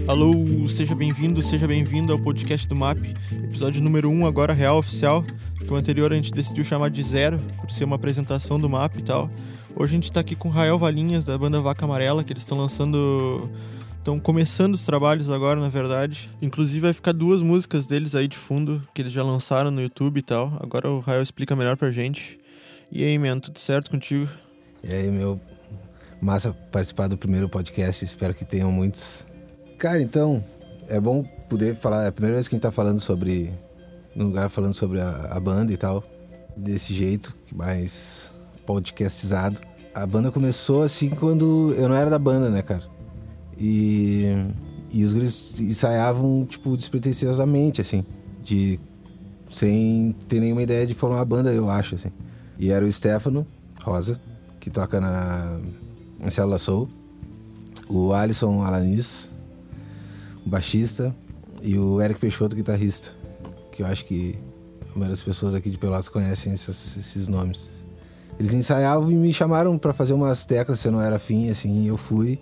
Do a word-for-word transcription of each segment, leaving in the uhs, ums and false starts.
Alô, seja bem-vindo, seja bem-vindo ao podcast do M A P, episódio número um, agora real oficial, porque o anterior a gente decidiu chamar de zero, por ser uma apresentação do M A P e tal. Hoje a gente tá aqui com o Rael Valinhas, da banda Vaca Amarela, que eles estão lançando... Estão começando os trabalhos agora, na verdade. Inclusive vai ficar duas músicas deles aí de fundo, que eles já lançaram no YouTube e tal. Agora o Rael explica melhor pra gente. E aí, man, tudo certo contigo? E aí, meu... Massa participar do primeiro podcast, espero que tenham muitos. Cara, então, é bom poder falar, é a primeira vez que a gente tá falando sobre, no lugar falando sobre a, a banda e tal, desse jeito, mais podcastizado. A banda começou assim quando eu não era da banda, né, cara? E, e os guris ensaiavam, tipo, despretensiosamente, assim, de, sem ter nenhuma ideia de formar uma banda, eu acho, assim. E era o Stefano Rosa, que toca na... na Célula Soul, o Alisson Alanis, o baixista, e o Eric Peixoto, guitarrista, que eu acho que a maioria das pessoas aqui de Pelotas conhecem esses, esses nomes. Eles ensaiavam e me chamaram pra fazer umas teclas, se eu não era afim, assim, eu fui.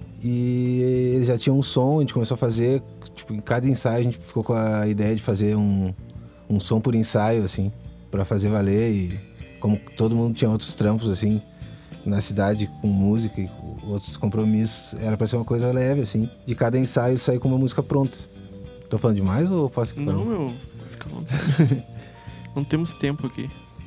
E eles já tinham um som, a gente começou a fazer, tipo, em cada ensaio a gente ficou com a ideia de fazer um, um som por ensaio, assim, pra fazer valer. E como todo mundo tinha outros trampos, assim, na cidade com música e com outros compromissos, era pra ser uma coisa leve, assim, de cada ensaio sair com uma música pronta. Tô falando demais ou posso ficar Não, falando? meu, fica à vontade. Não temos tempo aqui.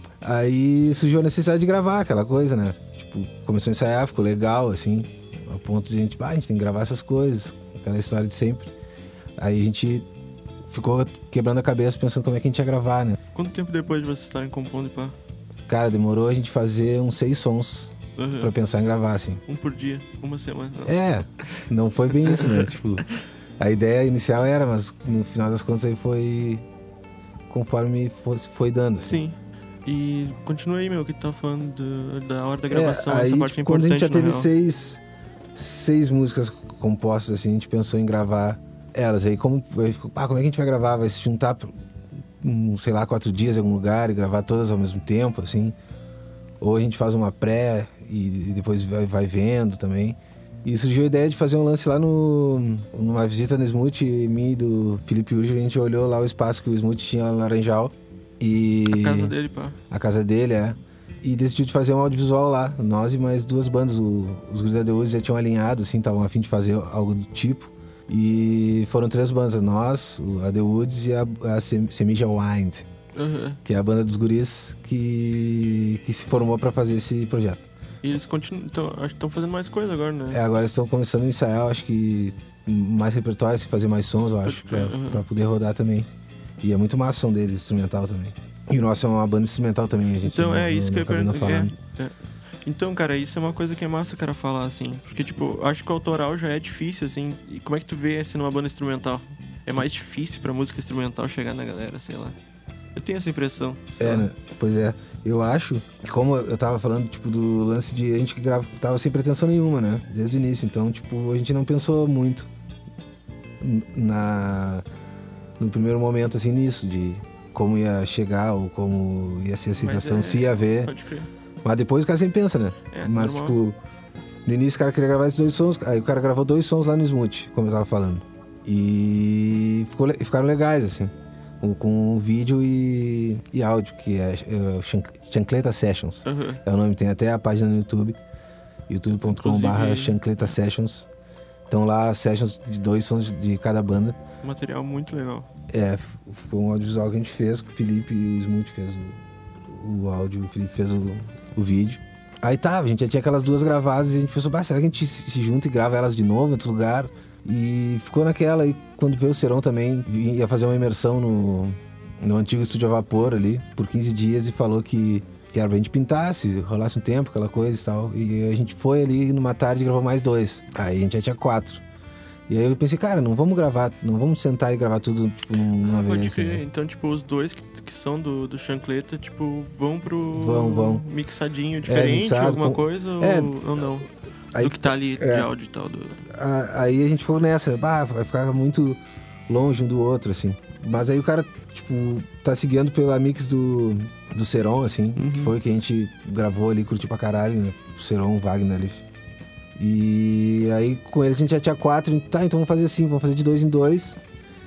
Aí surgiu a necessidade de gravar aquela coisa, né? Tipo, começou a ensaiar, ficou legal, assim, ao ponto de a gente, ah, a gente tem que gravar essas coisas, aquela história de sempre. Aí a gente ficou quebrando a cabeça pensando como é que a gente ia gravar, né? Quanto tempo depois de vocês estarem compondo e pá? Cara, demorou a gente fazer uns seis sons Uhum. pra pensar em gravar, assim. Um por dia, uma semana. Não. É, não foi bem isso, né? Tipo, a ideia inicial era, mas no final das contas aí foi conforme fosse, foi dando. Sim. E continua aí, meu, que tu tava falando do, da hora da gravação, é, aí, essa parte tipo, é quando importante, a gente já na teve real. seis, seis músicas compostas, assim, a gente pensou em gravar elas. Aí como, aí ficou, ah, como é que a gente vai gravar? Vai se juntar, por, um, sei lá, quatro dias em algum lugar e gravar todas ao mesmo tempo, assim? Ou a gente faz uma pré e, e depois vai, vai vendo também. E surgiu a ideia de fazer um lance lá no, numa visita no Smooth, mim e do Felipe Urge, a gente olhou lá o espaço que o Smooth tinha lá no Laranjal. E A casa dele, pá. a casa dele, é. E decidiu de fazer um audiovisual lá. Nós e mais duas bandas. O, os guris da The Woods já tinham alinhado, assim, estavam a fim de fazer algo do tipo. E foram três bandas. Nós, a The Woods e a, a Semija Wind, Uhum. que é a banda dos guris que, que se formou pra fazer esse projeto. E eles continuam, então, acho que estão fazendo mais coisa agora, né? É, agora eles estão começando a ensaiar, acho que mais repertório, assim, fazer mais sons, eu acho, pra, Uhum. pra poder rodar também. E é muito massa o som deles, instrumental também. E o nosso é uma banda instrumental também, a gente Então, não, é isso não, que eu ia acabei não perguntar. falando. É, é. Então, cara, isso é uma coisa que é massa, cara, falar, assim. Porque, tipo, acho que o autoral já é difícil, assim. E como é que tu vê esse numa banda instrumental? É mais difícil pra música instrumental chegar na galera, sei lá. Eu tenho essa impressão. sei É, lá. né? Pois é. Eu acho que, como eu tava falando, tipo, do lance de a gente que grava, tava sem pretensão nenhuma, né? Desde o início. Então, tipo, a gente não pensou muito na no primeiro momento, assim, nisso, de como ia chegar ou como ia ser a aceitação, Mas é- se ia haver. Pode crer. Mas depois o cara sempre pensa, né? É, Mas, normal. tipo, no início o cara queria gravar esses dois sons, aí o cara gravou dois sons lá no Smooth, como eu tava falando. E ficou, le- ficaram legais, assim, com, com vídeo e, e áudio, que é, é Chanc- Chancleta Sessions. Uhum. É o nome, tem até a página no YouTube, youtube ponto com barra Inclusive- Chancleta Sessions. Então lá, sessions de dois sons de cada banda. Material muito legal. É, f- ficou um audiovisual que a gente fez, que o Felipe e o Smooth fez o, o áudio, o Felipe fez o, o vídeo. Aí tá, a gente já tinha aquelas duas gravadas e a gente pensou, bah, será que a gente se se junta e grava elas de novo em outro lugar? E ficou naquela, e quando veio o Serão também, ia fazer uma imersão no, no antigo estúdio a vapor ali, por quinze dias, e falou que, que era pra gente pintar, se rolasse um tempo, aquela coisa e tal. E a gente foi ali numa tarde e gravou mais dois. Aí a gente já tinha quatro. E aí eu pensei, cara, não vamos gravar, não vamos sentar e gravar tudo, tipo, numa Ah, pode vez. crer. Né? Então, tipo, os dois que, que são do, do Chancleta, tipo, vão pro... Vão, vão. Mixadinho diferente, mixado alguma com- coisa, É, ou, ou não? Aí, do que tá ali é. de áudio e tal. Do... a- aí a gente foi nessa, bah, vai ficar muito longe um do outro, assim. Mas aí o cara, tipo, tá seguindo pela mix do, do Seron, assim, Uhum. que foi o que a gente gravou ali, curtiu pra caralho, né? O Seron, o Wagner ali E aí com eles a gente já tinha quatro, tá, então vamos fazer assim, vamos fazer de dois em dois.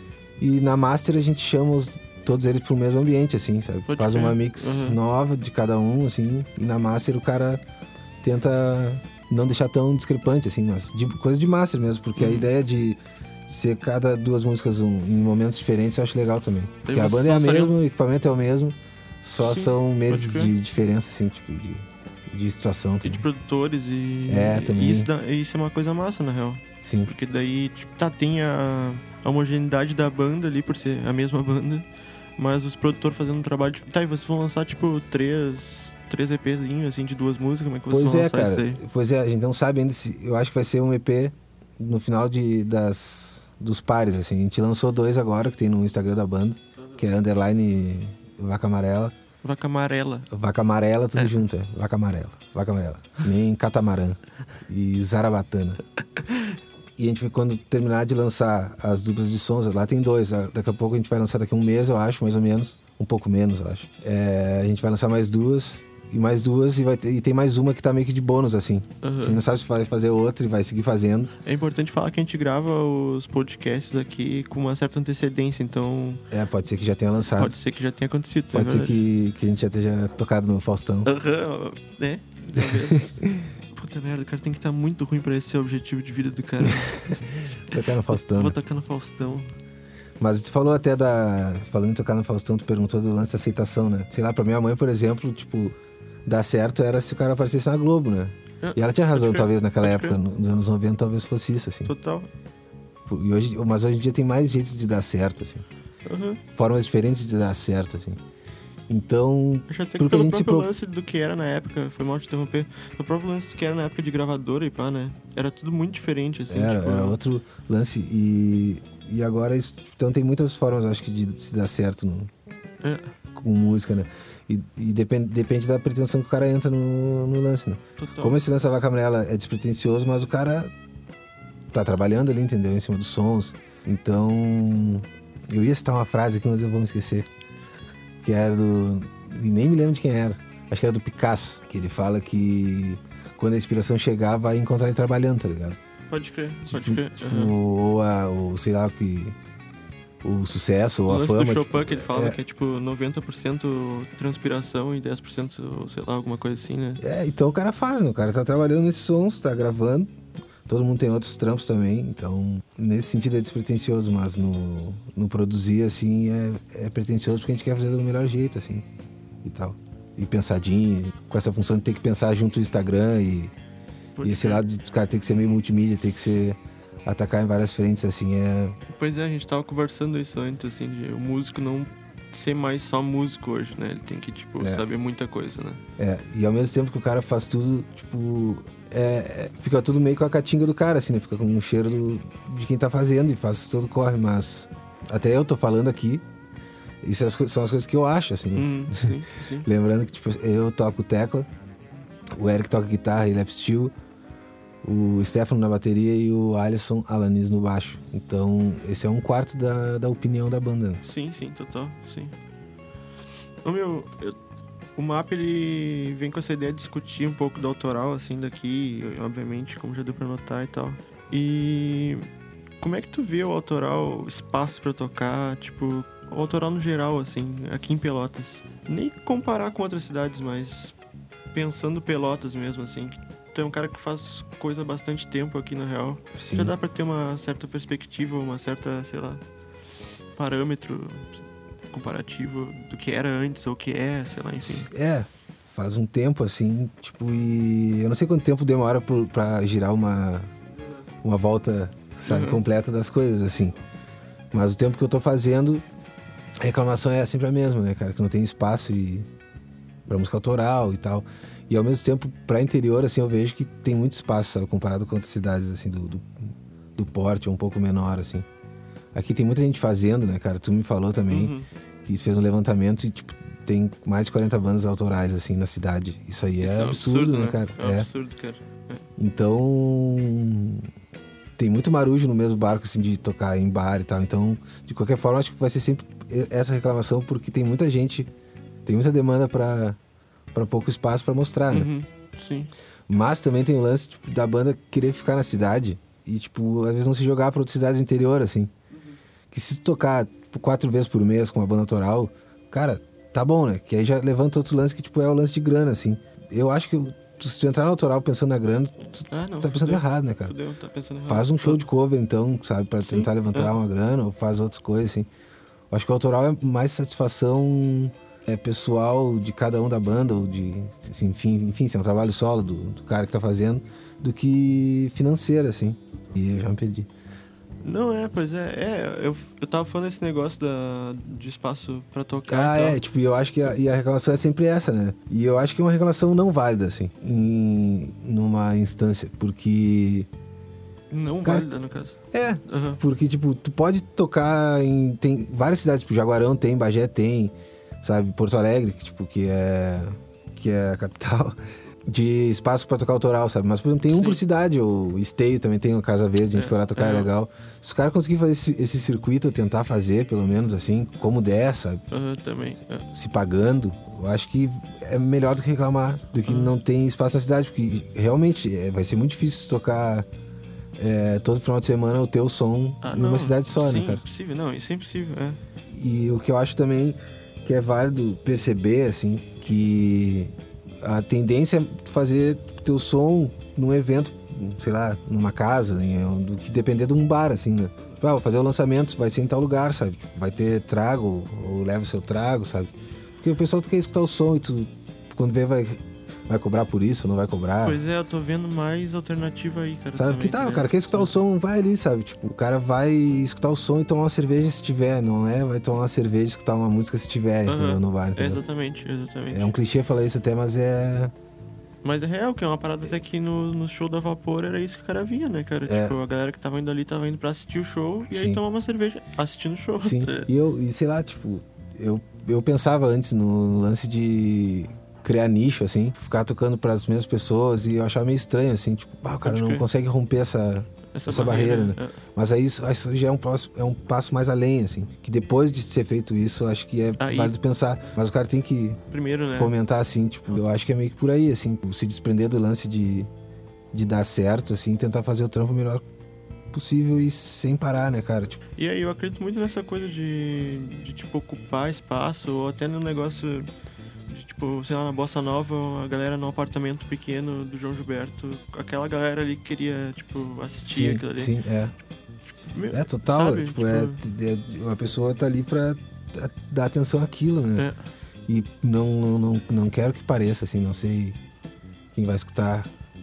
E na master a gente chama os, todos eles pro mesmo ambiente, assim, sabe? Pode Faz crer. uma mix Uhum. nova de cada um, assim, e na master o cara tenta não deixar tão discrepante, assim, mas de, coisa de master mesmo, porque Uhum. a ideia de ser cada duas músicas um, em momentos diferentes eu acho legal também. Porque a vocês banda é a lançariam- mesma, o equipamento é o mesmo, só Sim, são pode meses crer. de diferença, assim, tipo, de, de situação. E de Também. produtores e... É, também. E isso, dá- isso é uma coisa massa, na real. Sim. Porque daí, tipo, tá, tem a, a homogeneidade da banda ali, por ser a mesma banda, mas os produtores fazendo um trabalho... De, tá, e vocês vão lançar, tipo, três, três EPzinhos, assim, de duas músicas? Como é que vocês Pois vão é, lançar cara. isso daí? Pois é, a gente não sabe ainda se... Eu acho que vai ser um E P no final de, das, dos pares, assim. A gente lançou dois agora, que tem no Instagram da banda, que é underline Vaca Amarela. Vaca Amarela. Vaca Amarela, tudo É. junto, é. Vaca Amarela. Vaca Amarela. Nem Catamarã. E Zarabatana. E a gente vai, quando terminar de lançar as duplas de sons, lá tem dois. a- Daqui a pouco a gente vai lançar daqui a um mês, eu acho, mais ou menos. Um pouco menos, eu acho. É, a gente vai lançar mais duas. E mais duas, e, vai ter, e tem mais uma que tá meio que de bônus, assim. Uhum. Você não sabe se vai fazer outra e vai seguir fazendo. É importante falar que a gente grava os podcasts aqui com uma certa antecedência, então É, pode ser que já tenha lançado. pode ser que já tenha acontecido. é Pode ser verdade. que, que a gente já esteja tocado no Faustão. Aham, né? Talvez. Puta merda, o cara tem que estar muito ruim pra esse ser o objetivo de vida do cara. Tocar no Faustão. Vou tocar no Faustão. Mas tu falou até da... Falando em tocar no Faustão, tu perguntou do lance da aceitação, né? Sei lá, pra minha mãe, por exemplo, tipo... Dar certo era se o cara aparecesse na Globo, né? É, E ela tinha razão, pode crer, talvez, naquela pode época. crer. Nos anos noventa, talvez fosse isso, assim. Total. E hoje, mas hoje em dia tem mais jeitos de dar certo, assim. Uhum. Formas diferentes de dar certo, assim. Então... Acho até que Porque a pelo gente se próprio pro- lance do que era na época, foi mal te interromper, o próprio lance do que era na época de gravadora e pá, né? Era tudo muito diferente, assim, Era, tipo... era outro lance. E, e agora, isso- então tem muitas formas, acho que, de se dar certo no, É, com música, né? E, e depende, depende da pretensão que o cara entra no, no lance, né? total. Como esse lance da Vaca Amarela é despretensioso, mas o cara tá trabalhando ali, entendeu? Em cima dos sons. Então, eu ia citar uma frase aqui, mas eu vou me esquecer. Que era do... E nem me lembro de quem era. Acho que era do Picasso, que ele fala que quando a inspiração chegar, vai encontrar ele trabalhando, tá ligado? Pode crer, pode Tipo, crer. tipo, Uhum. ou, a, ou sei lá o que... O sucesso, O ou a lance fama. do Chopin tipo, que ele fala é, que é tipo noventa por cento transpiração e dez por cento, sei lá, alguma coisa assim, né? É, então o cara faz, né? O cara tá trabalhando nesses sons, tá gravando. Todo mundo tem outros trampos também, então nesse sentido é despretensioso, mas no, no produzir, assim, é, é pretensioso porque a gente quer fazer do melhor jeito, assim, e tal. E pensadinho, com essa função de ter que pensar junto o Instagram e, Pode e esse crer. lado de cara ter que ser meio multimídia, ter que ser... atacar em várias frentes, assim, é... Pois é, a gente tava conversando isso antes, assim, de o músico não ser mais só músico hoje, né? Ele tem que, tipo, É. saber muita coisa, né? É, e ao mesmo tempo que o cara faz tudo, tipo... É, é, fica tudo meio com a catinga do cara, assim, né? Fica com um cheiro do, de quem tá fazendo e faz todo corre, mas... Até eu tô falando aqui, isso é as co- são as coisas que eu acho, assim. Hum, sim, sim. Lembrando que, tipo, eu toco tecla, o Eric toca guitarra e lap steel, o Stefano na bateria e o Alisson Alanis no baixo. Então, esse é um quarto da, da opinião da banda, né? Sim, sim, total, sim. Ô, meu, eu- o M A P, ele vem com essa ideia de discutir um pouco do autoral, assim, daqui, obviamente, como já deu pra notar e tal. E como é que tu vê o autoral, espaço pra tocar, tipo, o autoral no geral, assim, aqui em Pelotas? Nem comparar com outras cidades, mas pensando Pelotas mesmo, assim, que tu é um cara que faz coisa há bastante tempo aqui, na real. Sim. Já dá pra ter uma certa perspectiva, uma certa, sei lá, parâmetro comparativo do que era antes ou o que é, sei lá, enfim. É, faz um tempo assim, tipo, e eu não sei quanto tempo demora por, pra girar uma, uma volta, sabe, Uhum. completa das coisas, assim. Mas o tempo que eu tô fazendo, a reclamação é sempre a mesma, né, cara? Que não tem espaço e pra música autoral e tal. E ao mesmo tempo, pra interior, assim, eu vejo que tem muito espaço, sabe, comparado com outras cidades, assim, do, do, do porte, um pouco menor, assim. Aqui tem muita gente fazendo, né, cara? Tu me falou também Uhum. que fez um levantamento e, tipo, tem mais de quarenta bandas autorais, assim, na cidade. Isso aí é, Isso absurdo, né, cara? É um absurdo, cara. É. Então, tem muito marujo no mesmo barco, assim, de tocar em bar e tal. Então, de qualquer forma, acho que vai ser sempre essa reclamação, porque tem muita gente, tem muita demanda pra, pra pouco espaço pra mostrar, né? Uhum. Sim. Mas também tem o lance, tipo, da banda querer ficar na cidade e, tipo, às vezes não se jogar pra outras cidades do interior, assim. Uhum. Que se tu tocar, tipo, quatro vezes por mês com uma banda autoral, cara, tá bom, né? Que aí já levanta outro lance que, tipo, é o lance de grana, assim. Eu acho que tu, se tu entrar no autoral pensando na grana, tu ah, não, tá pensando fudeu, errado, né, cara? Fudeu, tá pensando errado. Faz um show de cover, então, sabe? Pra Sim, tentar levantar é. uma grana, ou faz outras coisas, assim. Eu acho que o autoral é mais satisfação é, pessoal de cada um da banda, ou de... Assim, enfim, enfim, se é um trabalho solo do, do cara que tá fazendo, do que financeira, assim. E eu já me perdi. Não, é, pois é, é eu, eu tava falando desse negócio da, de espaço pra tocar. Ah, e tal. é, tipo, eu acho que a, e a reclamação é sempre essa, né? E eu acho que é uma reclamação não válida, assim, em, numa instância, porque... Não cara, válida, no caso. É, uhum. porque, tipo, tu pode tocar em... Tem várias cidades, tipo, Jaguarão tem, Bagé tem, sabe? Porto Alegre, que, tipo, que é... Que é a capital... de espaço pra tocar autoral, sabe? Mas, por exemplo, tem um Sim. por cidade, o Esteio também tem o Casa Verde, a gente é, foi lá tocar, é, é legal. Se os caras conseguirem fazer esse, esse circuito, ou tentar fazer, pelo menos, assim, como der, sabe? Uhum, também. É. Se pagando, eu acho que é melhor do que reclamar, do que uhum. não tem espaço na cidade, porque realmente é, vai ser muito difícil tocar é, todo final de semana o teu som ah, em não, uma cidade só, sim, né, cara? Sim, impossível, não, isso é impossível, é. E o que eu acho também que é válido perceber, assim, que a tendência é fazer teu som num evento, sei lá, numa casa, do que depender de um bar, assim, né? Ah, vou fazer o lançamento, vai ser em tal lugar, sabe? Vai ter trago, ou leva o seu trago, sabe? Porque o pessoal quer escutar o som e tu, quando vê, vai, vai cobrar por isso, não vai cobrar. Pois é, eu tô vendo mais alternativa aí, cara. Sabe? Também, que tá, né? O cara quer escutar o som, vai ali, sabe? Tipo, o cara vai escutar o som e tomar uma cerveja se tiver, não é? Vai tomar uma cerveja e escutar uma música se tiver, uhum. entendeu? No bar, entendeu? É exatamente, exatamente. É um clichê falar isso até, mas é... Mas é real, que é uma parada até que no, no show da Vapor era isso que o cara via, né, cara? É. Tipo, a galera que tava indo ali tava indo pra assistir o show e Sim. aí tomar uma cerveja assistindo o show. Sim, e eu, e sei lá, tipo, eu, eu pensava antes no, no lance de criar nicho, assim, ficar tocando pras mesmas pessoas e eu achava meio estranho, assim, tipo, ah, o cara Pode não crer. consegue romper essa... Essa, essa barreira, barreira, né? É. Mas aí isso, isso já é um, passo, é um passo mais além, assim. Que depois de ser feito isso, acho que é aí, válido pensar. Mas o cara tem que primeiro, né? fomentar, assim, tipo, eu acho que é meio que por aí, assim. Se desprender do lance de, de dar certo, assim, tentar fazer o trampo melhor possível e sem parar, né, cara? Tipo... E aí eu acredito muito nessa coisa de, de tipo, ocupar espaço, ou até no negócio... Tipo, sei lá, na Bossa Nova, a galera no apartamento pequeno do João Gilberto, aquela galera ali que queria, tipo, assistir sim, aquilo ali. Sim, é. Tipo, meu, é total, sabe? tipo, tipo... É, é, a pessoa tá ali pra dar atenção àquilo, né? É. E não, não, não, não quero que pareça, assim, não sei quem vai escutar,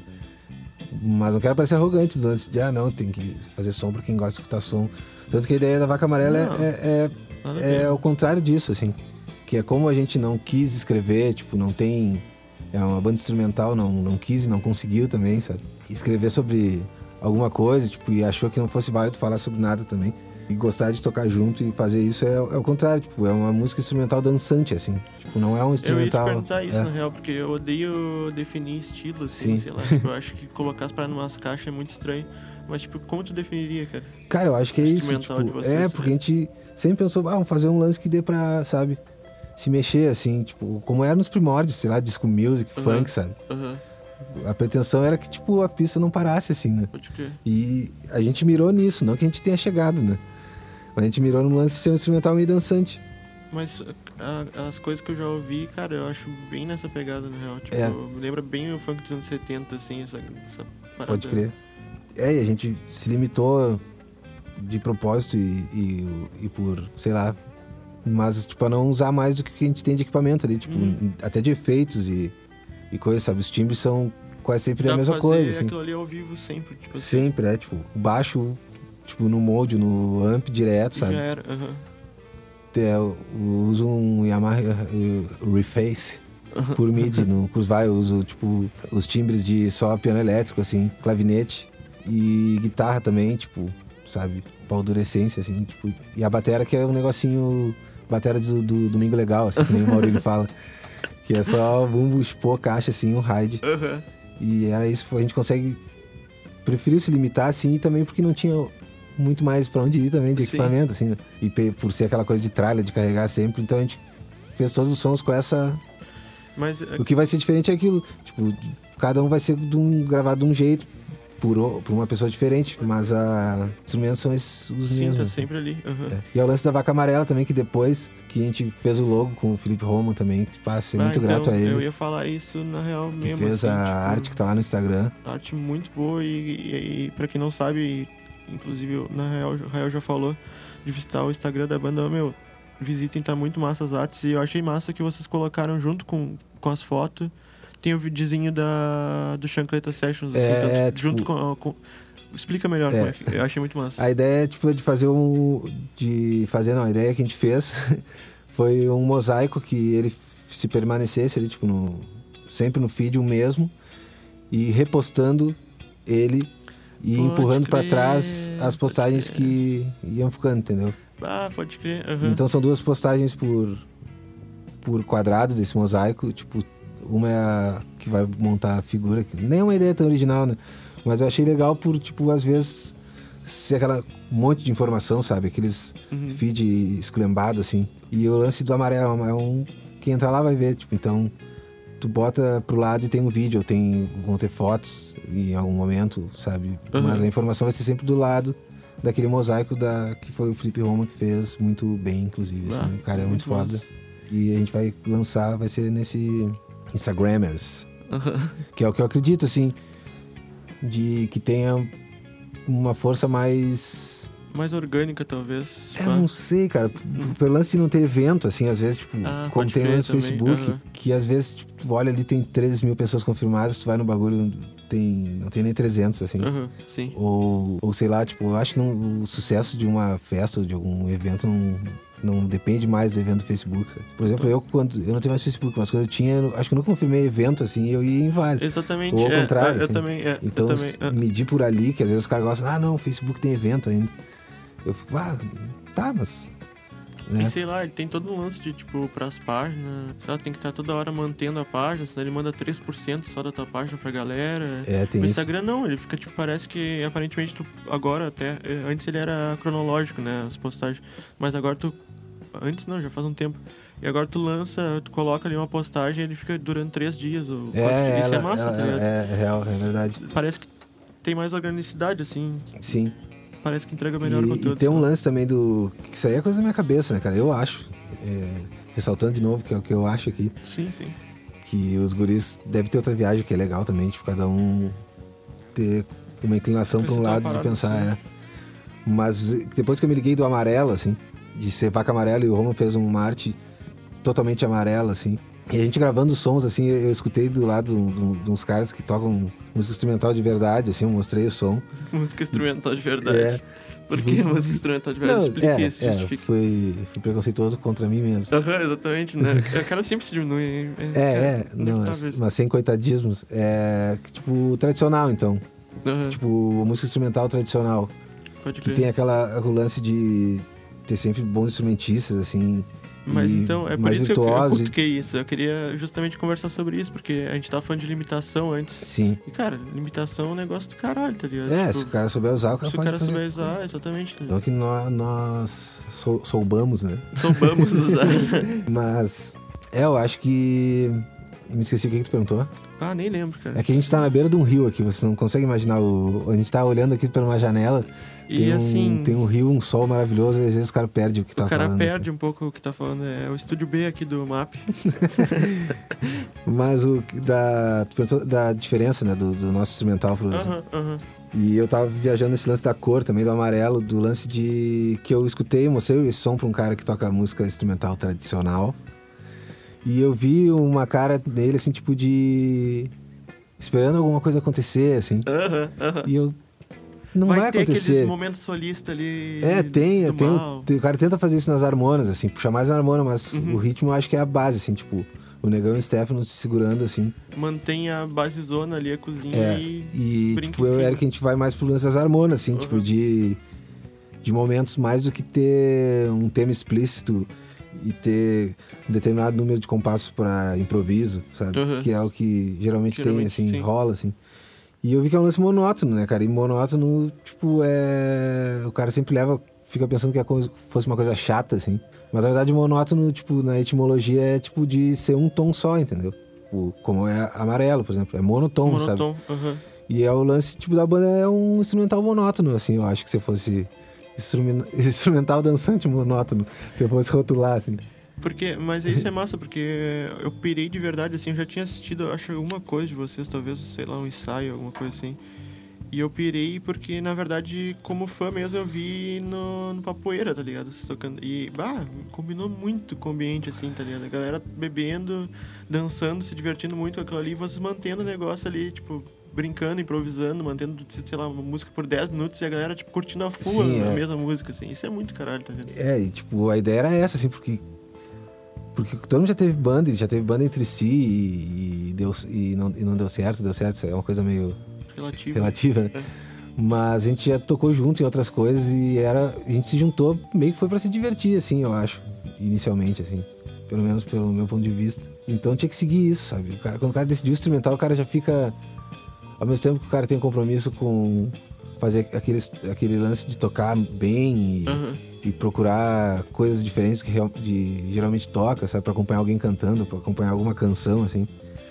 mas não quero parecer arrogante do lance de, ah, não, tem que fazer som pra quem gosta de escutar som. Tanto que a ideia da Vaca Amarela não, é, é, é, é o contrário disso, assim. Que é como a gente não quis escrever, tipo, não tem... É uma banda instrumental, não, não quis e não conseguiu também, sabe? Escrever sobre alguma coisa, tipo, e achou que não fosse válido falar sobre nada também. E gostar de tocar junto e fazer isso é, é o contrário, tipo, é uma música instrumental dançante, assim. Tipo, não é um instrumental... Eu ia te perguntar isso, é. na real, porque eu odeio definir estilo, assim, Sim. sei lá. Tipo, eu acho que colocar as paradas numas caixas é muito estranho. Mas, tipo, como tu definiria, cara? Cara, eu acho que é isso, tipo, de vocês, é, porque né? a gente sempre pensou, ah, vamos fazer um lance que dê pra, sabe... se mexer, assim, tipo, como era nos primórdios, sei lá, disco music, uhum, funk, sabe? Uhum. A pretensão era que, tipo, a pista não parasse, assim, né? Pode crer. E a gente mirou nisso, não que a gente tenha chegado, né? Mas a gente mirou no lance de ser um instrumental meio dançante. Mas a, as coisas que eu já ouvi, cara, eu acho bem nessa pegada, na real. Tipo, é. me lembra bem o funk dos anos setenta, assim, essa, essa parada. Pode crer. É, e a gente se limitou de propósito e, e, e por, sei lá... Mas, tipo, a não usar mais do que a gente tem de equipamento ali, tipo, uhum. até de efeitos e, e coisas, sabe? Os timbres são quase sempre Dá a mesma pra fazer coisa, assim. aquilo ali ao vivo sempre, tipo assim. Sempre, é, tipo, o baixo, tipo, no molde, no amp direto, sabe? Já era, aham. Uhum. Eu, eu uso um Yamaha Reface uhum. por midi, no Kurzweil, eu uso, tipo, os timbres de só piano elétrico, assim, clavinete e guitarra também, tipo, sabe? Paldurecência, assim, tipo, e a bateria que é um negocinho... Bateria do, do Domingo Legal, assim, que nem o Maurílio fala. Que é só bumbo, expor, caixa, assim, um ride. Uhum. E era isso, a gente consegue... Preferiu se limitar, assim, e também porque não tinha muito mais pra onde ir também, de Sim. equipamento, assim, né? E por ser aquela coisa de tralha, de carregar sempre, então a gente fez todos os sons com essa... Mas... O que vai ser diferente é aquilo, tipo, cada um vai ser de um, gravado de um jeito, por, por uma pessoa diferente, mas a, os instrumentos são esses, os Sim, mesmos. tá sempre ali. Uhum. É. E é o lance da Vaca Amarela também, que depois que a gente fez o logo com o Felipe Roman também, que passa ser ah, muito então, grato a ele. Eu ia falar isso na real que mesmo. fez assim, a tipo, arte que tá lá no Instagram. Arte muito boa e, e, e pra quem não sabe, inclusive na real, o Rael já falou de visitar o Instagram da banda, meu, visitem, tá muito massa as artes. E eu achei massa que vocês colocaram junto com, com as fotos. Tem o videozinho da, do Chancleta Sessions, assim, É, tanto, é, tipo, junto com, com... Explica melhor, É. como é que... eu achei muito massa. A ideia é tipo de fazer um. De fazer, não, a ideia que a gente fez foi um mosaico que ele se permanecesse ali, tipo, no, sempre no feed o mesmo, e repostando ele e Pode empurrando pra crer, trás as pode postagens crer. que iam ficando, entendeu? Ah, pode crer. Uhum. Então são duas postagens por, por quadrado desse mosaico, tipo, uma é a que vai montar a figura, que nem é uma ideia tão original, né? Mas eu achei legal por, tipo, às vezes ser aquela monte de informação, sabe? Aqueles Uhum. feed esculhambado, assim. E o lance do amarelo é um... Quem entrar lá vai ver, tipo, então... Tu bota pro lado e tem um vídeo, ou tem, vão ter fotos em algum momento, sabe? Uhum. Mas a informação vai ser sempre do lado daquele mosaico da, que foi o Felipe Roman que fez muito bem, inclusive. Ah, Assim, o cara é muito, muito foda. massa. E a gente vai lançar, vai ser nesse Instagrammers, Uhum. que é o que eu acredito, assim, de que tenha uma força mais... Mais orgânica, talvez. Eu não sei, cara, p- p- pelo lance de não ter evento, assim, às vezes, tipo, Ah, como pode tem o crer lance do também, Facebook, aham. que às vezes, tipo, tu olha ali, tem treze mil pessoas confirmadas, tu vai no bagulho, tem, não tem nem trezentos, assim. Uhum, sim. Ou, ou sei lá, tipo, eu acho que não- o sucesso de uma festa ou de algum evento não, não depende mais do evento do Facebook, sabe? Por exemplo, eu quando eu não tenho mais Facebook, mas quando eu tinha, eu acho que eu nunca confirmei evento, assim, eu ia em vários. Exatamente. Ou ao é, contrário, Eu, assim. também, é, Então, eu também. ah. medir por ali, que às vezes os caras gostam, ah, não, o Facebook tem evento ainda. Eu fico, ah, tá, mas... né? E sei lá, ele tem todo um lance de, tipo, pras páginas. Sei lá, tem que estar toda hora mantendo a página, senão ele manda três por cento só da tua página pra galera. É, tem O isso. Instagram não, ele fica, tipo, parece que aparentemente tu, agora até, eh, antes ele era cronológico, né, as postagens, mas agora tu, antes não, já faz um tempo, e agora tu lança, tu coloca ali uma postagem e ele fica durando três dias ou quatro É, dias, isso ela, é massa, ela- tá ligado? é, é real, é verdade. Parece que tem mais organicidade, assim, Sim. parece que entrega melhor E, o conteúdo. e tem um sabe? lance também do... que isso aí é coisa da minha cabeça, né, cara? Eu acho. É, ressaltando de novo que é o que eu acho aqui. Sim, sim. Que os guris devem ter outra viagem que é legal também, tipo, cada um ter uma inclinação para um Visitar uma lado de parada pensar, assim. é. Mas depois que eu me liguei do amarelo, assim, de ser vaca amarela, e o Roman fez uma arte totalmente amarela, assim. E a gente gravando os sons, assim, eu escutei do lado de, um- de uns caras que tocam música instrumental de verdade, assim, eu mostrei o som. Música instrumental de verdade. É. Por que música instrumental de verdade? Explique é, isso, é, justifique. fui, fui preconceituoso contra mim mesmo. Aham, exatamente, né? O cara sempre se diminui. É, cara, é, não, inevitável mas, isso. mas sem coitadismos. É, tipo, tradicional, então. Aham, Tipo, música instrumental tradicional. pode Que crer. tem aquela, o lance de ter sempre bons instrumentistas, assim. Mas e então, é por mais isso que eu, eu virtuosos. cutuquei isso. Eu queria justamente conversar sobre isso, porque a gente tava falando de limitação antes. Sim. E, cara, limitação é um negócio do caralho, tá ligado? É, Tipo, se o cara souber usar, o cara se o pode cara fazer. souber usar, exatamente. Não que nós, nós sou, soubamos, né? Soubamos usar. Mas, é, eu acho que... Me esqueci o que, que tu perguntou. Ah, nem lembro, cara. É que a gente tá na beira de um rio aqui, você não consegue imaginar o... A gente tá olhando aqui por uma janela, E tem um, assim, tem um rio, um sol maravilhoso, e às vezes o cara perde o que tá o cara falando. perde um pouco o que tá falando. É o estúdio B aqui do M A P. assim. Mas o que- da, tu perguntou da diferença, né, do, do nosso instrumental pro... Aham, aham. E eu tava viajando nesse lance da cor também, do amarelo, do lance de... Que eu escutei, mostrei esse som pra um cara que toca música instrumental tradicional. E eu vi uma cara dele, assim, tipo de... Esperando alguma coisa acontecer, assim. Aham, aham. E eu... Não vai, Vai ter acontecer. aqueles momentos solistas ali. É, tem, do tem, mal. um- tem- o cara tenta fazer isso nas harmonas, assim, puxar mais na harmona, mas Uhum. o ritmo eu acho que é a base, assim, tipo, o Negão e o Stefano se segurando, assim. Mantém a base zona ali, a cozinha É, e. e, brinca tipo, em eu cima. era que a gente vai mais pro lance das harmonas, assim, Uhum. tipo, de, de momentos mais do que ter um tema explícito e ter um determinado número de compassos pra improviso, sabe? Uhum. Que é o que geralmente, Geralmente, tem, assim, sim. rola, assim. E eu vi que é um lance monótono, né, cara? E monótono, tipo, é... O cara sempre leva... Fica pensando que é como se fosse uma coisa chata, assim. Mas, na verdade, monótono, tipo, na etimologia é, tipo, de ser um tom só, entendeu? O, tipo, como é Amarelo, por exemplo, é monotom, Monotom, sabe? aham. E é o lance, tipo, da banda é um instrumental monótono, assim, eu acho que se fosse instrumen- instrumental dançante monótono, se eu fosse rotular, assim. Porque, mas isso é massa, porque eu pirei de verdade, assim, eu já tinha assistido, eu acho, alguma coisa de vocês, talvez, sei lá, um ensaio, alguma coisa assim. E eu pirei porque, na verdade, como fã mesmo, eu vi no, no Papoeira, tá ligado? Vocês tocando. E, bah, combinou muito com o ambiente, assim, tá ligado? A galera bebendo, dançando, se divertindo muito com aquilo ali, e vocês mantendo o negócio ali, tipo, brincando, improvisando, mantendo, sei lá, uma música por dez minutos e a galera, tipo, curtindo a full Sim, a é. mesma música, assim. Isso é muito caralho, tá ligado? É, e tipo, a ideia era essa, assim, porque porque todo mundo já teve banda, já teve banda entre si e, e, deu, e, não, e não deu certo, deu certo, isso é uma coisa meio Relativo. relativa, né? É. Mas a gente já tocou junto em outras coisas e era, a gente se juntou meio que foi pra se divertir, assim, eu acho, inicialmente, assim, pelo menos pelo meu ponto de vista. Então tinha que seguir isso, sabe? O cara, quando o cara decidiu o instrumental, o cara já fica, ao mesmo tempo que o cara tem compromisso com fazer aquele, aquele lance de tocar bem e, Aham. e procurar coisas diferentes que real- de, geralmente toca, sabe? Pra acompanhar alguém cantando, pra acompanhar alguma canção, assim.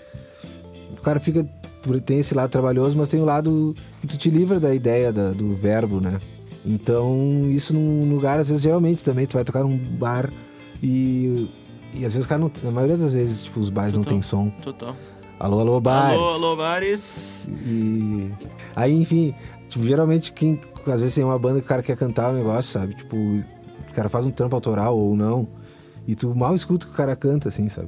O cara fica... Tem esse lado trabalhoso, mas tem o lado que tu te livra da ideia da- do verbo, né? Então, isso num lugar, às vezes, geralmente também, tu vai tocar num bar e... E às vezes o cara não... Na maioria das vezes, tipo, os bares não Total. tem som. Total. Alô, alô, bares. Alô, alô, bares. E aí, enfim, tipo, geralmente quem às vezes tem uma banda que o cara quer cantar o negócio, sabe? Tipo, o cara faz um trampo autoral ou não, e tu mal escuta o que o cara canta, assim, sabe?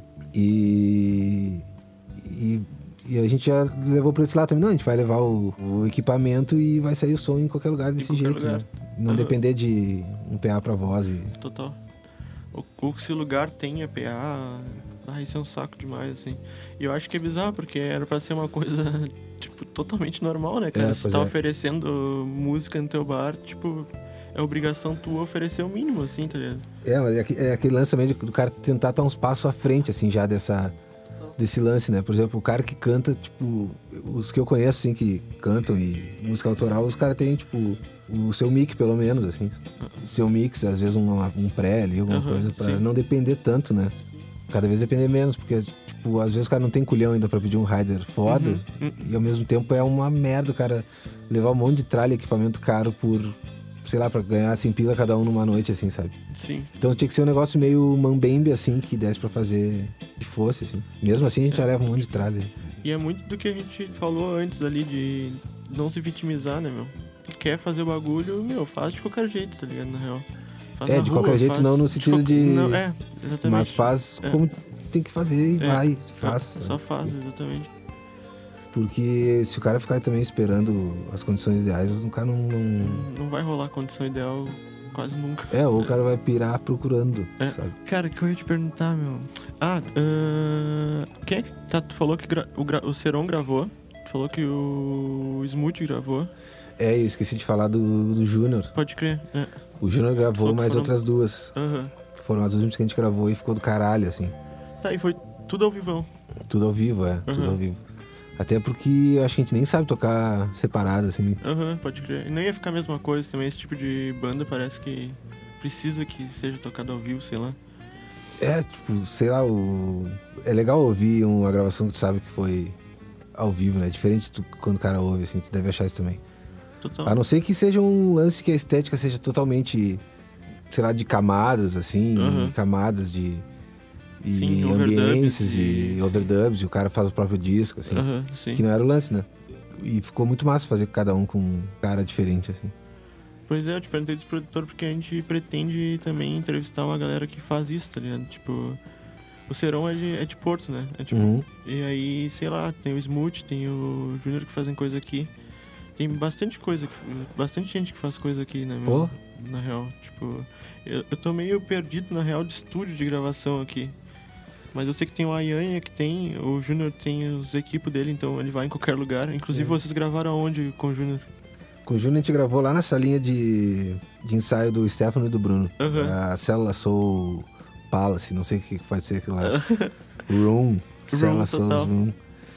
E e, e a gente já levou pra esse lado também. Não, a gente vai levar o, o equipamento e vai sair o som em qualquer lugar desse qualquer jeito, lugar. né? Não Uhum. depender de um P A pra voz e... Total. O, o se o lugar tem a P A, ah, isso é um saco demais, assim. E eu acho que é bizarro, porque era pra ser uma coisa, tipo, totalmente normal, né, cara? É, Se pois tá é. oferecendo música no teu bar, tipo, é obrigação tua oferecer o mínimo, assim, tá ligado? É, mas é, aque- é aquele lance também de- do cara tentar estar uns passos à frente, assim, já dessa... Desse lance, né? Por exemplo, o cara que canta, tipo... Os que eu conheço, assim, que cantam e música autoral, os caras têm, tipo... O seu mic, pelo menos, assim. O seu mix, às vezes um, um pré ali, alguma Aham, coisa, pra sim. não depender tanto, né? Cada vez depender menos, porque, tipo, às vezes o cara não tem culhão ainda pra pedir um rider foda, Uhum, uhum. e ao mesmo tempo é uma merda o cara levar um monte de tralha e equipamento caro por, sei lá, pra ganhar assim pila cada um numa noite, assim, sabe? Sim. Então tinha que ser um negócio meio mambembe, assim, que desse pra fazer que fosse, assim. Mesmo assim a gente já leva um monte de tralha. E é muito do que a gente falou antes ali, de não se vitimizar, né, meu? Quer fazer o bagulho, meu, faz de qualquer jeito, tá ligado, na real. Faz É, na de rua, qualquer jeito, faz não no sentido qual- de- Não, é, exatamente. Mas faz É. como tem que fazer e É. vai, faz. É, só faz, exatamente. Porque se o cara ficar também esperando as condições ideais, o cara não... não... Não vai rolar condição ideal quase nunca. É, ou o cara vai pirar procurando, É. sabe? Cara, o que eu ia te perguntar, meu? Ah, ahn, quem é que... Tá, tu falou que gra- o, gra- o Seron gravou. Tu falou que o Smooth gravou. É, eu esqueci de falar do, do Júnior. Pode crer. É. O Júnior gravou Falou que mais foram- outras duas. Aham. Que foram as últimas que a gente gravou e ficou do caralho, assim. Tá, e foi tudo ao vivão. Tudo ao vivo, é. Tudo Uhum. ao vivo. Até porque eu acho que a gente nem sabe tocar separado, assim. Aham, pode crer. E não ia ficar a mesma coisa também. Esse tipo de banda parece que precisa que seja tocado ao vivo, sei lá. É, tipo, sei lá, o... é legal ouvir uma gravação que tu sabe que foi ao vivo, né? Diferente do quando o cara ouve, assim, tu deve achar isso também. Total. A não ser que seja um lance que a estética seja totalmente, sei lá, de camadas, assim, Uhum. camadas de... E Sim, ambientes overdubs e... e- overdubs, e o cara faz o próprio disco, assim. Aham, sim. Que não era o lance, né? E ficou muito massa fazer com cada um com um cara diferente, assim. Pois é, eu te perguntei desse produtor porque a gente pretende também entrevistar uma galera que faz isso, tá ligado? Tipo, o Seron é de, é de Porto, né? É tipo, Uhum. E aí, sei lá, tem o Smooth, tem o Júnior que fazem coisa aqui. Tem bastante coisa, que, bastante gente que faz coisa aqui, né, meu? Pô. Na real, tipo... Eu, eu tô meio perdido, na real, de estúdio de gravação aqui. Mas eu sei que tem o Ayanha, que tem... O Júnior tem os equipos dele, então ele vai em qualquer lugar. Inclusive, Sim. vocês gravaram aonde com o Júnior? Com o Júnior a gente gravou lá na salinha de, de ensaio do Stefano e do Bruno. Aham. A Célula Soul Palace, não sei o que pode ser aquilo lá. Room. Célula Soul total. Room.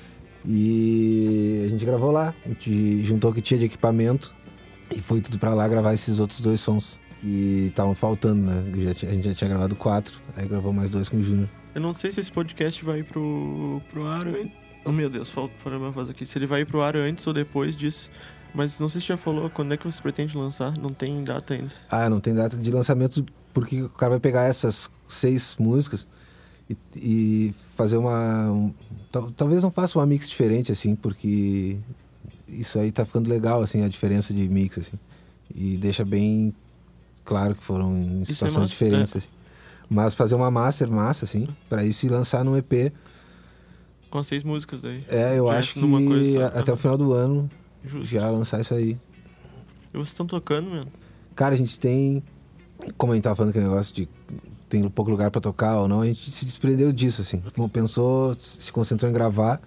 E a gente gravou lá. A gente juntou o que tinha de equipamento e foi tudo pra lá gravar esses outros dois sons. que estavam faltando, né? Já tinha, a gente já tinha gravado quatro, aí gravou mais dois com o Júnior. Eu não sei se esse podcast vai pro, pro ar antes. Oh, meu Deus, falta a minha voz aqui. Se ele vai pro ar antes ou depois disso. Mas não sei se já falou quando é que você pretende lançar. Não tem data ainda. Ah, não tem data de lançamento, porque o cara vai pegar essas seis músicas e, e fazer uma... Um, tal, talvez não faça uma mix diferente, assim, porque isso aí tá ficando legal, assim, a diferença de mix, assim. E deixa bem claro que foram em Isso situações é massa, diferentes, é. assim. Mas fazer uma master massa, assim, pra isso e lançar num E P. Com as seis músicas daí. É, eu Já acho que numa coisa só. até o final do ano Justo. já lançar isso aí. E vocês estão tocando, mano? Cara, a gente tem... Como a gente tava falando aquele negócio de tem pouco lugar pra tocar ou não, a gente se desprendeu disso, assim. Pensou, se concentrou em gravar.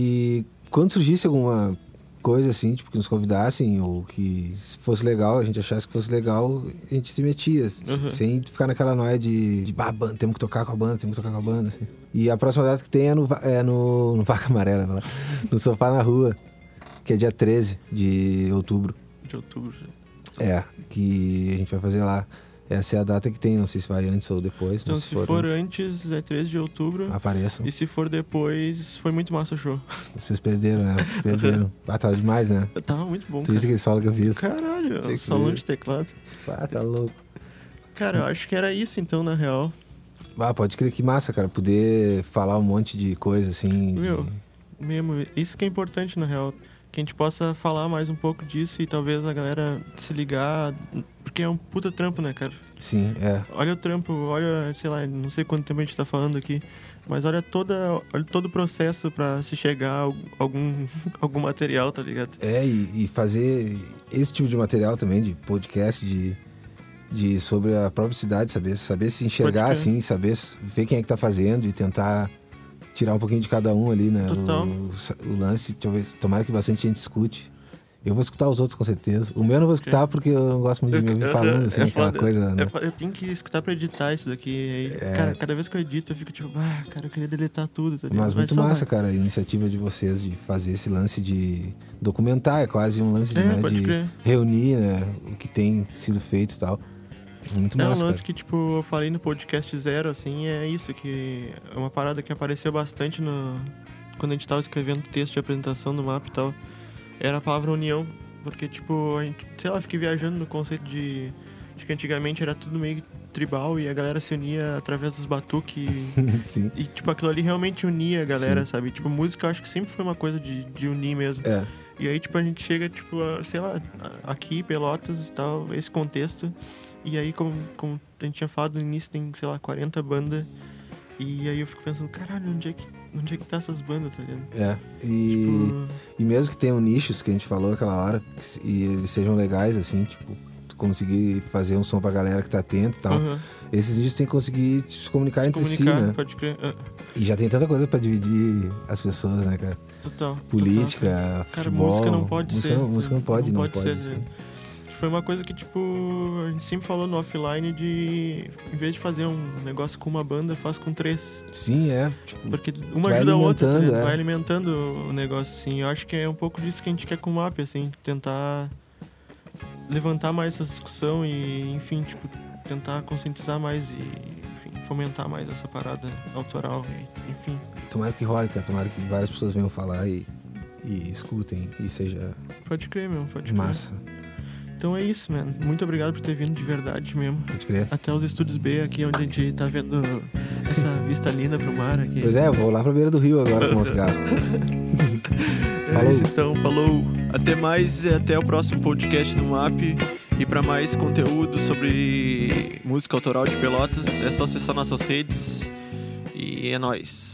E quando surgisse alguma coisa, assim, tipo, que nos convidassem ou que fosse legal, a gente achasse que fosse legal, a gente se metia, Uhum. sem ficar naquela noia de, de bah, banda, temos que tocar com a banda, temos que tocar com a banda, assim. E a próxima data que tem é no, é no, no Vaca Amarela, vai lá, no Sofá na Rua, que é dia treze de outubro. De outubro. É, que a gente vai fazer lá. Essa é a data que tem, não sei se vai antes ou depois. Então, mas se for antes, é treze de outubro. apareçam. E se for depois, foi muito massa o show. Vocês perderam, né? Vocês perderam. Ah, tava demais, né? Tava muito bom, Tu cara. viste aquele solo que eu fiz? Caralho, Tinha que salão ver. de teclado. Ah, tá louco. Cara, eu acho que era isso então, na real. Ah, pode crer, que massa, cara. Poder falar um monte de coisa, assim. Meu, de... mesmo, isso que é importante, na real. Que a gente possa falar mais um pouco disso e talvez a galera se ligar. Porque é um puta trampo, né, cara? Sim, é. Olha o trampo, olha, sei lá, não sei quanto tempo a gente tá falando aqui, mas olha, toda, olha todo o processo pra se chegar a algum, algum material, tá ligado? É, e, e fazer esse tipo de material também, de podcast, de, de sobre a própria cidade, saber, saber se enxergar Pode crer. assim, saber ver quem é que tá fazendo e tentar tirar um pouquinho de cada um ali, né? Total. O, o lance, talvez, tomara que bastante gente escute. Eu vou escutar os outros com certeza. O meu eu não vou escutar porque eu não gosto muito de me ouvir falando, assim, É aquela foda. coisa, né? É foda. Eu tenho que escutar pra editar isso daqui. Aí, É. cara, cada vez que eu edito, eu fico tipo, ah, cara, eu queria deletar tudo, tá ligado? Mas muito só massa, vai. cara, a iniciativa de vocês de fazer esse lance de documentar, é quase um lance de, É, né, pode de crer. reunir, né, o que tem sido feito e tal. Muito É um massa, lance cara. que, tipo, eu falei no podcast zero, assim, é isso, que é uma parada que apareceu bastante no... quando a gente tava escrevendo texto de apresentação no mapa e tal. Era a palavra união, porque, tipo, a gente, sei lá, fiquei viajando no conceito de, de que antigamente era tudo meio tribal e a galera se unia através dos batuques e, Sim. e, tipo, aquilo ali realmente unia a galera, Sim. sabe? Tipo, música eu acho que sempre foi uma coisa de, de unir mesmo. É, E aí, tipo, a gente chega, tipo, a, sei lá, a- aqui, Pelotas e tal, esse contexto. E aí, como, como a gente tinha falado no início, tem, sei lá, quarenta bandas. E aí eu fico pensando, caralho, onde é que, onde é que tá essas bandas, tá ligado? é. E, Tipo, e mesmo que tenham nichos que a gente falou aquela hora, que se- e eles sejam legais, assim, tipo, tu conseguir fazer um som pra galera que tá atento e tal, aham, esses nichos tem que conseguir se comunicar se entre comunicar, si, né? pode crer. Ah, E já tem tanta coisa pra dividir as pessoas, né, cara? total. Política, total, cara. Cara, futebol... música não pode música ser. Não, música não pode, não, pode. ser. assim. né? Foi uma coisa que, tipo, a gente sempre falou no offline de, em vez de fazer um negócio com uma banda, faz com três. Sim, é, tipo... Porque uma vai ajuda a outra, tá alimentando, ligado? é. Vai alimentando o negócio, assim. Eu acho que é um pouco disso que a gente quer com o M A P, assim. Tentar levantar mais essa discussão e, enfim, tipo, tentar conscientizar mais e, enfim, fomentar mais essa parada autoral, e, enfim. Tomara que role, cara. Tomara que várias pessoas venham falar e, e escutem e seja Pode crer, meu, pode crer. massa. Então é isso, mano. Muito obrigado por ter vindo de verdade mesmo. Pode crer. Até os estúdios B aqui, onde a gente tá vendo essa vista linda pro mar aqui. Pois é, eu vou lá pra beira do rio agora fumar um cigarro. É Falou. isso então, falou. Até mais e até o próximo podcast do M A P. E para mais conteúdo sobre música autoral de Pelotas, é só acessar nossas redes. E é nóis.